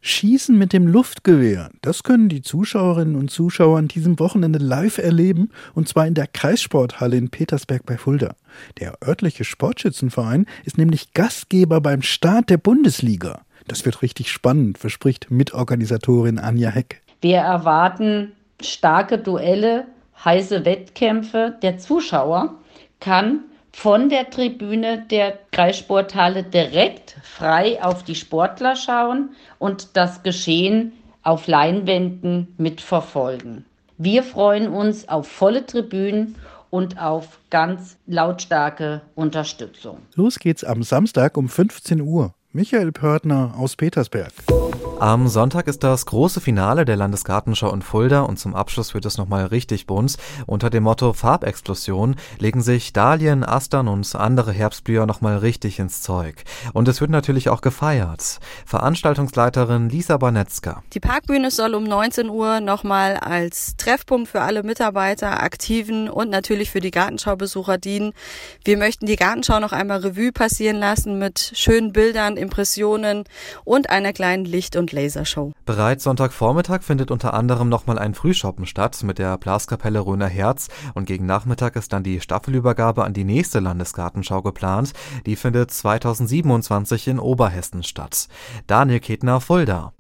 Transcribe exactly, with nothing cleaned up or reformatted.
Schießen mit dem Luftgewehr, das können die Zuschauerinnen und Zuschauer an diesem Wochenende live erleben, und zwar in der Kreissporthalle in Petersberg bei Fulda. Der örtliche Sportschützenverein ist nämlich Gastgeber beim Start der Bundesliga. Das wird richtig spannend, verspricht Mitorganisatorin Anja Heck. Wir erwarten starke Duelle, heiße Wettkämpfe. Der Zuschauer kann von der Tribüne der Kreissporthalle direkt frei auf die Sportler schauen und das Geschehen auf Leinwänden mitverfolgen. Wir freuen uns auf volle Tribünen und auf ganz lautstarke Unterstützung. Los geht's am Samstag um fünfzehn Uhr. Michael Pörtner aus Petersberg. Am Sonntag ist das große Finale der Landesgartenschau in Fulda und zum Abschluss wird es nochmal richtig bunt. Unter dem Motto Farbexplosion legen sich Dahlien, Astern und andere Herbstblüher nochmal richtig ins Zeug. Und es wird natürlich auch gefeiert. Veranstaltungsleiterin Lisa Banetzka. Die Parkbühne soll um neunzehn Uhr nochmal als Treffpunkt für alle Mitarbeiter, Aktiven und natürlich für die Gartenschaubesucher dienen. Wir möchten die Gartenschau noch einmal Revue passieren lassen mit schönen Bildern, Impressionen und einer kleinen Licht- und Lasershow. Bereits Sonntagvormittag findet unter anderem nochmal ein Frühshoppen statt mit der Blaskapelle Röner Herz und gegen Nachmittag ist dann die Staffelübergabe an die nächste Landesgartenschau geplant. Die findet zweitausendsiebenundzwanzig in Oberhessen statt. Daniel Ketner, Fulda.